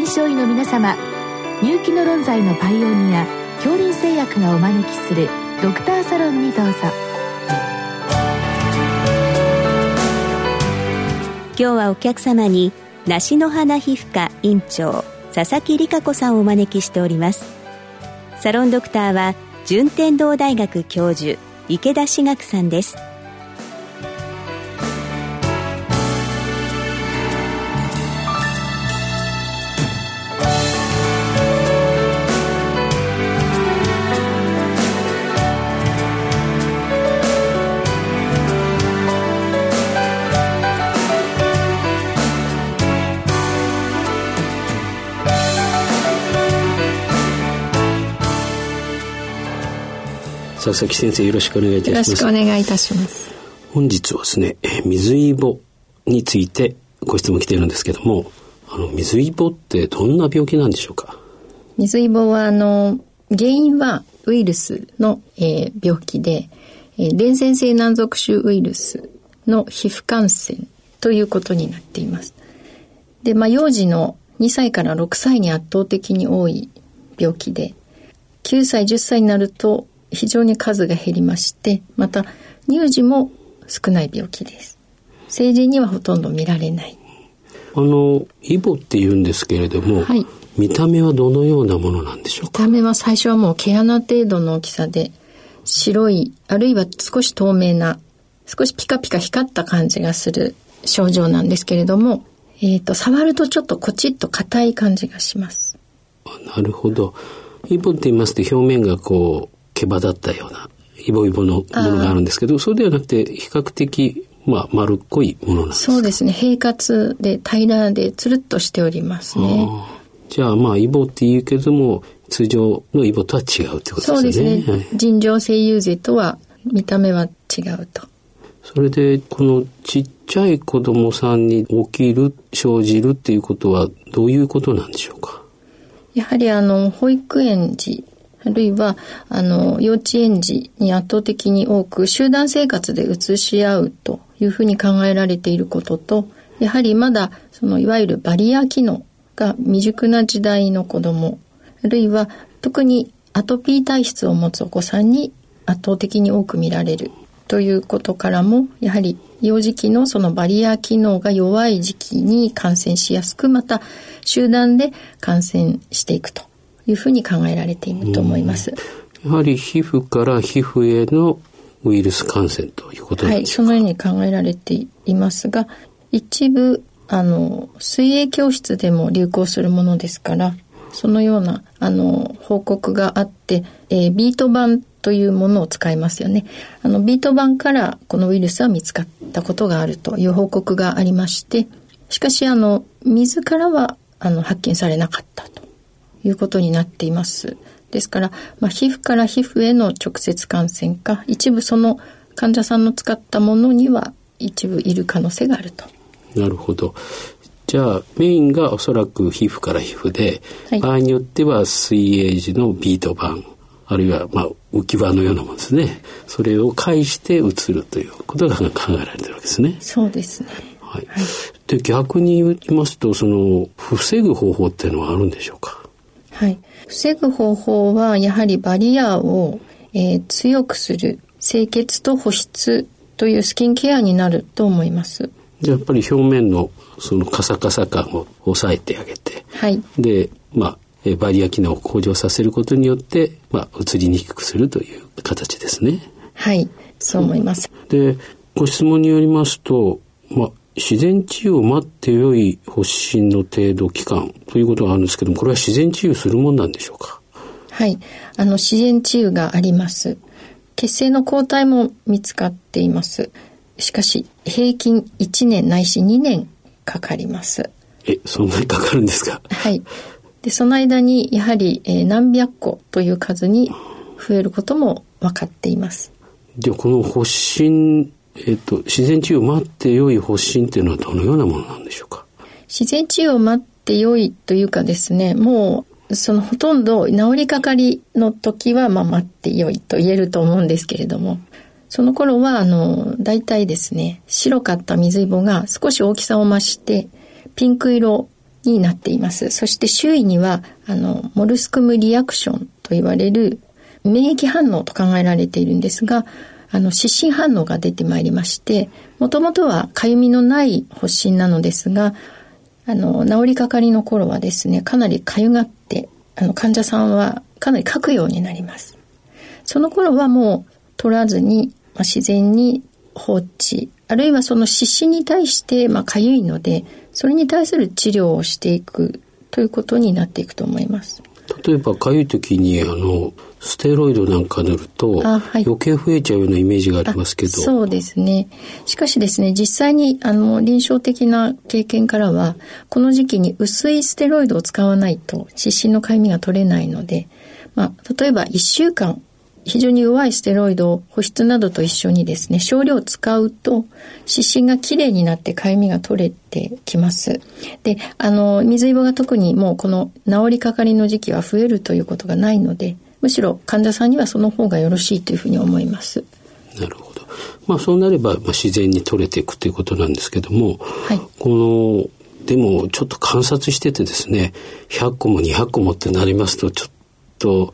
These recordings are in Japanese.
症医の皆様、入気の論剤のパイオニア恐林製薬がお招きするドクターサロンにどうぞ。 今日はお客様に梨の花皮膚科院長佐々木理香子さんをお招きしております。サロンドクターは順天堂大学教授池田志学さんです。 佐々木先生、よろしくお願いいたします。 よろしくお願いいたします。 本日はですね、水イボについてご質問来ているんですけども、水イボってどんな病気なんでしょうか？ 水イボは原因はウイルスの、病気で、伝染性軟属種ウイルスの皮膚感染ということになっています。で、幼児の2歳から6歳に圧倒的に多い病気で、9歳10歳になると非常に数が減りまして、また乳児も少ない病気です。成人にはほとんど見られない。 イボって言うんですけれども、はい、見た目はどのようなものなんでしょうか？ 見た目は最初はもう毛穴程度の大きさで、白いあるいは少し透明な、少しピカピカ光った感じがする症状なんですけれども、触るとちょっとコチッと硬い感じがします。 なるほど。イボって言いますと表面がこう毛羽立ったようなイボイボのものがあるんですけど、そうではなくて比較的丸っこいものなんですか？そうですね。 平滑で平らでつるっとしておりますね。 じゃあイボって言うけども通常のイボとは違うってことですね。 そうですね、はい、尋常性遊勢とは見た目は違うと。 それでこのちっちゃい子供さんに生じるっていうことはどういうことなんでしょうか？ やはり保育園児あるいは幼稚園児に圧倒的に多く集団生活で移し合うというふうに考えられていることと、やはりまだいわゆるバリア機能が未熟な時代の子ども、あるいは特にアトピー体質を持つお子さんに圧倒的に多く見られるということからも、やはり幼児期のそのバリア機能が弱い時期に感染しやすく、また集団で感染していくというふうに考えられていると思います。 やはり皮膚から皮膚へのウイルス感染ということなんでしょうか？はい、 そのように考えられていますが、一部水泳教室でも流行するものですから、そのような報告があって、ビート板というものを使いますよね。ビート板からこのウイルスは見つかったことがあるという報告がありまして、しかし水からは発見されなかったということになっています。ですから、皮膚から皮膚への直接感染か、一部その患者さんの使ったものには一部いる可能性があると。 なるほど。じゃあメインがおそらく皮膚から皮膚で、はい、場合によっては水泳時のビート板あるいは浮き輪のようなものですね。それを介してうつるということが考えられているわけですね。 そうですね。 はい。はい、で逆に言いますと防ぐ方法っていうのはあるんでしょうか？ はい。防ぐ方法はやはりバリアを、強くする清潔と保湿というスキンケアになると思います。 やっぱり表面のカサカサ感を抑えてあげて、はい、でバリア機能を向上させることによって移りにくくするという形ですね。 はい、そう思います。 でご質問によりますと、自然治癒を待って良い発疹の程度期間ということがあるんですけども、これは自然治癒するもんなんでしょうか？ はい、自然治癒があります。血清の抗体も見つかっています。しかし平均1年ないし2年かかります。 そんなにかかるんですか？ はい。でその間にやはり、何百個という数に増えることも分かっています。 でこの発疹、自然治癒を待って良い発疹というのはどのようなものなんでしょうか？ 自然治癒を待って良いというかですね、もうほとんど治りかかりの時は待って良いと言えると思うんですけれども、その頃はだいたいですね、白かった水イボが少し大きさを増してピンク色になっています。そして周囲にはモルスクムリアクションと言われる免疫反応と考えられているんですが、湿疹反応が出てまいりまして、もともとはかゆみのない発疹なのですが、治りかかりの頃はですね、かなりかゆがって患者さんはかなりかくようになります。その頃はもう取らずに、自然に放置、あるいはその湿疹に対してかゆいので、それに対する治療をしていくということになっていくと思います。 例えばかゆい時にステロイドなんか塗ると、余計増えちゃうようなイメージがありますけど。 そうですね。しかしですね、実際に臨床的な経験からは、この時期に薄いステロイドを使わないと湿疹のかゆみが取れないので、例えば1週間非常に弱いステロイドを保湿などと一緒にですね、少量使うと湿疹がきれいになってかゆみが取れてきます。で、水イボが特にもうこの治りかかりの時期は増えるということがないので、むしろ患者さんにはその方がよろしいというふうに思います。 なるほど。そうなれば自然に取れていくということなんですけども、はい、でもちょっと観察しててですね、100個も200個もってなりますとちょっと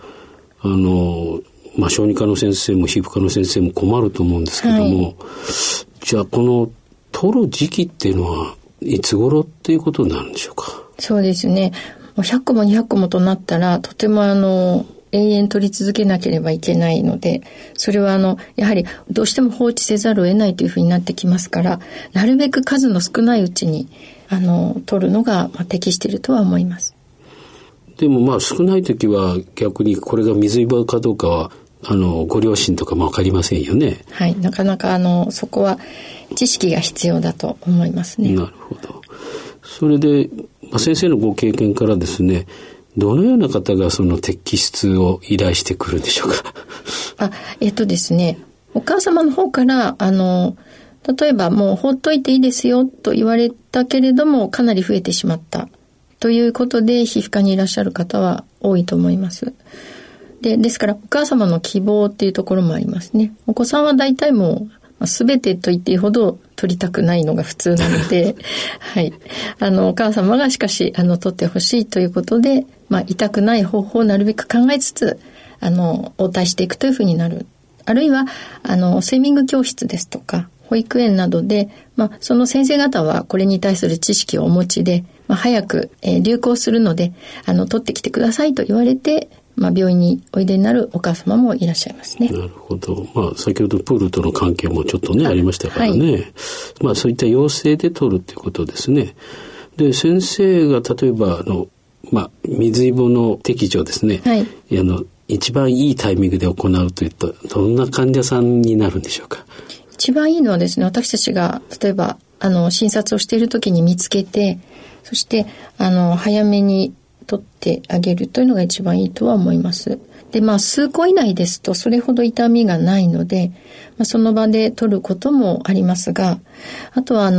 小児科の先生も皮膚科の先生も困ると思うんですけども、はい、じゃあこの取る時期っていうのはいつ頃っていうことになるんでしょうか。 そうですね。100個も200個もとなったらとても永遠取り続けなければいけないので、それはやはりどうしても放置せざるを得ないというふうになってきますから、なるべく数の少ないうちに取るのが適しているとは思います。 でも少ない時は逆にこれが水イボかどうかはご両親とかも分かりませんよね。 はい、なかなかそこは知識が必要だと思いますね。 なるほど。それで、先生のご経験からですね、どのような方がその摘出を依頼してくるんでしょうか。 ですね、お母様の方から例えばもう放っといていいですよと言われたけれどもかなり増えてしまったということで皮膚科にいらっしゃる方は多いと思います。ですからお母様の希望っていうところもありますね。お子さんは大体もう全てと言っていいほど取りたくないのが普通なのではい、お母様がしかし取ってほしいということで、痛くない方法をなるべく考えつつ応対していくというふうになる。あるいはスイミング教室ですとか保育園などで、その先生方はこれに対する知識をお持ちで、早く、流行するので取ってきてくださいと言われて、病院においでになるお母様もいらっしゃいますね。 なるほど。先ほどプールとの関係もちょっとねありましたからね、はい、そういった要請で取るっていうことですね。で、先生が例えば水イボの適除ですね、はい、一番いいタイミングで行うといったどんな患者さんになるんでしょうか。 一番いいのはですね、私たちが例えば診察をしている時に見つけて、そして早めに取ってあげるというのが一番いいとは思います。で、数個以内ですとそれほど痛みがないので、その場で取ることもありますが、あとは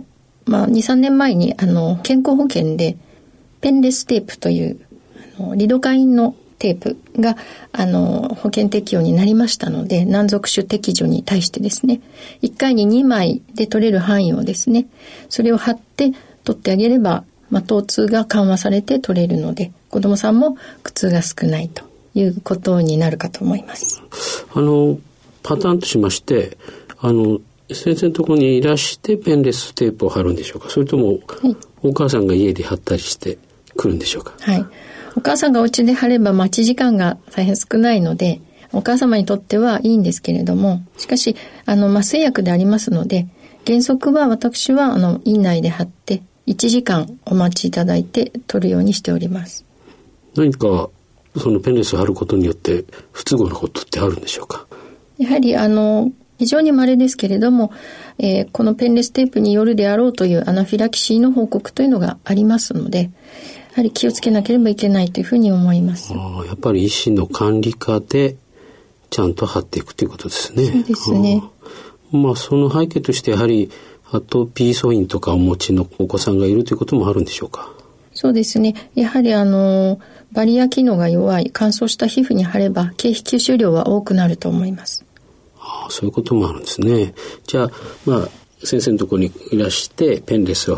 2、3年前に健康保険でペンレステープというリドカインのテープが保険適用になりましたので、軟属種適除に対してですね、1回に2枚で取れる範囲をですね、それを貼って取ってあげれば疼痛が緩和されて取れるので、子どもさんも苦痛が少ないということになるかと思います。 パターンとしまして先生のところにいらしてペンレステープを貼るんでしょうか、それとも、お母さんが家で貼ったりしてくるんでしょうか。 はい、お母さんがお家で貼れば待ち時間が大変少ないのでお母様にとってはいいんですけれども、しかし麻酔薬でありますので、原則は私は院内で貼って1時間お待ちいただいて取るようにしております。 何かそのペンレスを貼ることによって不都合なことってあるんでしょうか。 やはり非常に稀ですけれども、このペンレステープによるであろうというアナフィラキシーの報告というのがありますので、やはり気をつけなければいけないというふうに思います。 やっぱり医師の管理下でちゃんと貼っていくということですね。 そうですね。 その背景としてやはりアトピー素因とかお持ちのお子さんがいるということもあるんでしょうか。 そうですね。やはりバリア機能が弱い乾燥した皮膚に貼れば経皮吸収量は多くなると思います。 そういうこともあるんですね。じゃあ先生のところにいらしてペンレスを貼って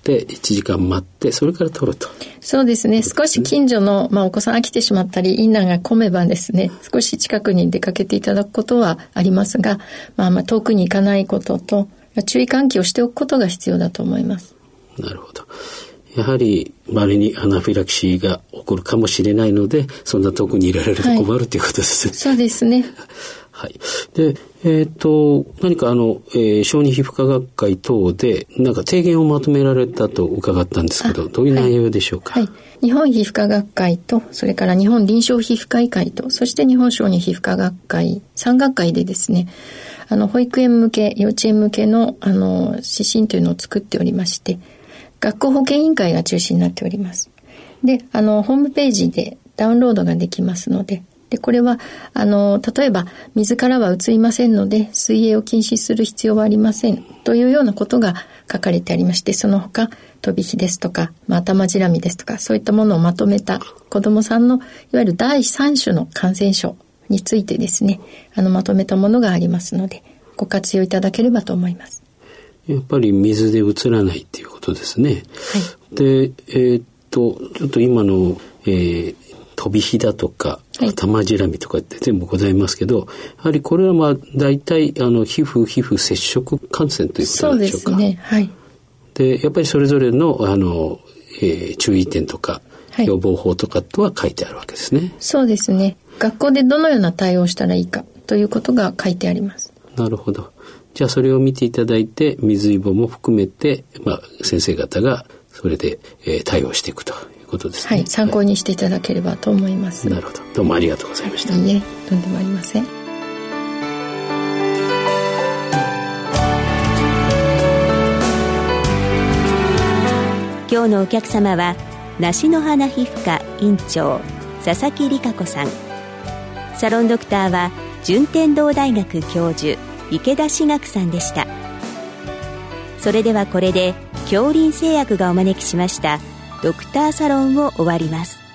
て1時間待ってそれから取ると。 そうですね。少し近所の、お子さん飽きてしまったり院内が混めばですね、少し近くに出かけていただくことはありますが、遠くに行かないことと注意喚起をしておくことが必要だと思います。 なるほど。やはり稀にアナフィラキシーが起こるかもしれないので、そんな遠くにいられると困るということですね。 そうですね。 はい。で、何か小児皮膚科学会等でなんか提言をまとめられたと伺ったんですけど、どういう内容でしょうか。 日本皮膚科学会と、それから日本臨床皮膚科医会と、そして日本小児皮膚科学会3学会でですね、保育園向け、幼稚園向けの指針というのを作っておりまして、学校保健委員会が中心になっております。で、ホームページでダウンロードができますので、これは例えば水からは移りませんので水泳を禁止する必要はありませんというようなことが書かれてありまして、その他飛び火ですとか、頭じらみですとか、そういったものをまとめた子どもさんのいわゆる第3種の感染症についてですね、まとめたものがありますので、ご活用いただければと思います。 やっぱり水で移らないっていうことですね。で、ちょっと今の、飛び火だとか頭じらみとかって全部ございますけど、やはりこれは大体皮膚接触感染ということなんでしょうか。 そうですね。はい。 で、やっぱりそれぞれの注意点とか、予防法とかとは書いてあるわけですね。 そうですね。学校でどのような対応をしたらいいかということが書いてあります。 なるほど。じゃあそれを見ていただいて、水イボも含めて、先生方がそれで、対応していくということですね。 参考にしていただければと思います。 なるほど。どうもありがとうございました。 いいえ、とんでもありません。 今日のお客様は梨の花皮膚科院長佐々木里香子さん、サロンドクターは順天堂大学教授池田志学さんでした。それではこれで杏林製薬がお招きしましたドクターサロンを終わります。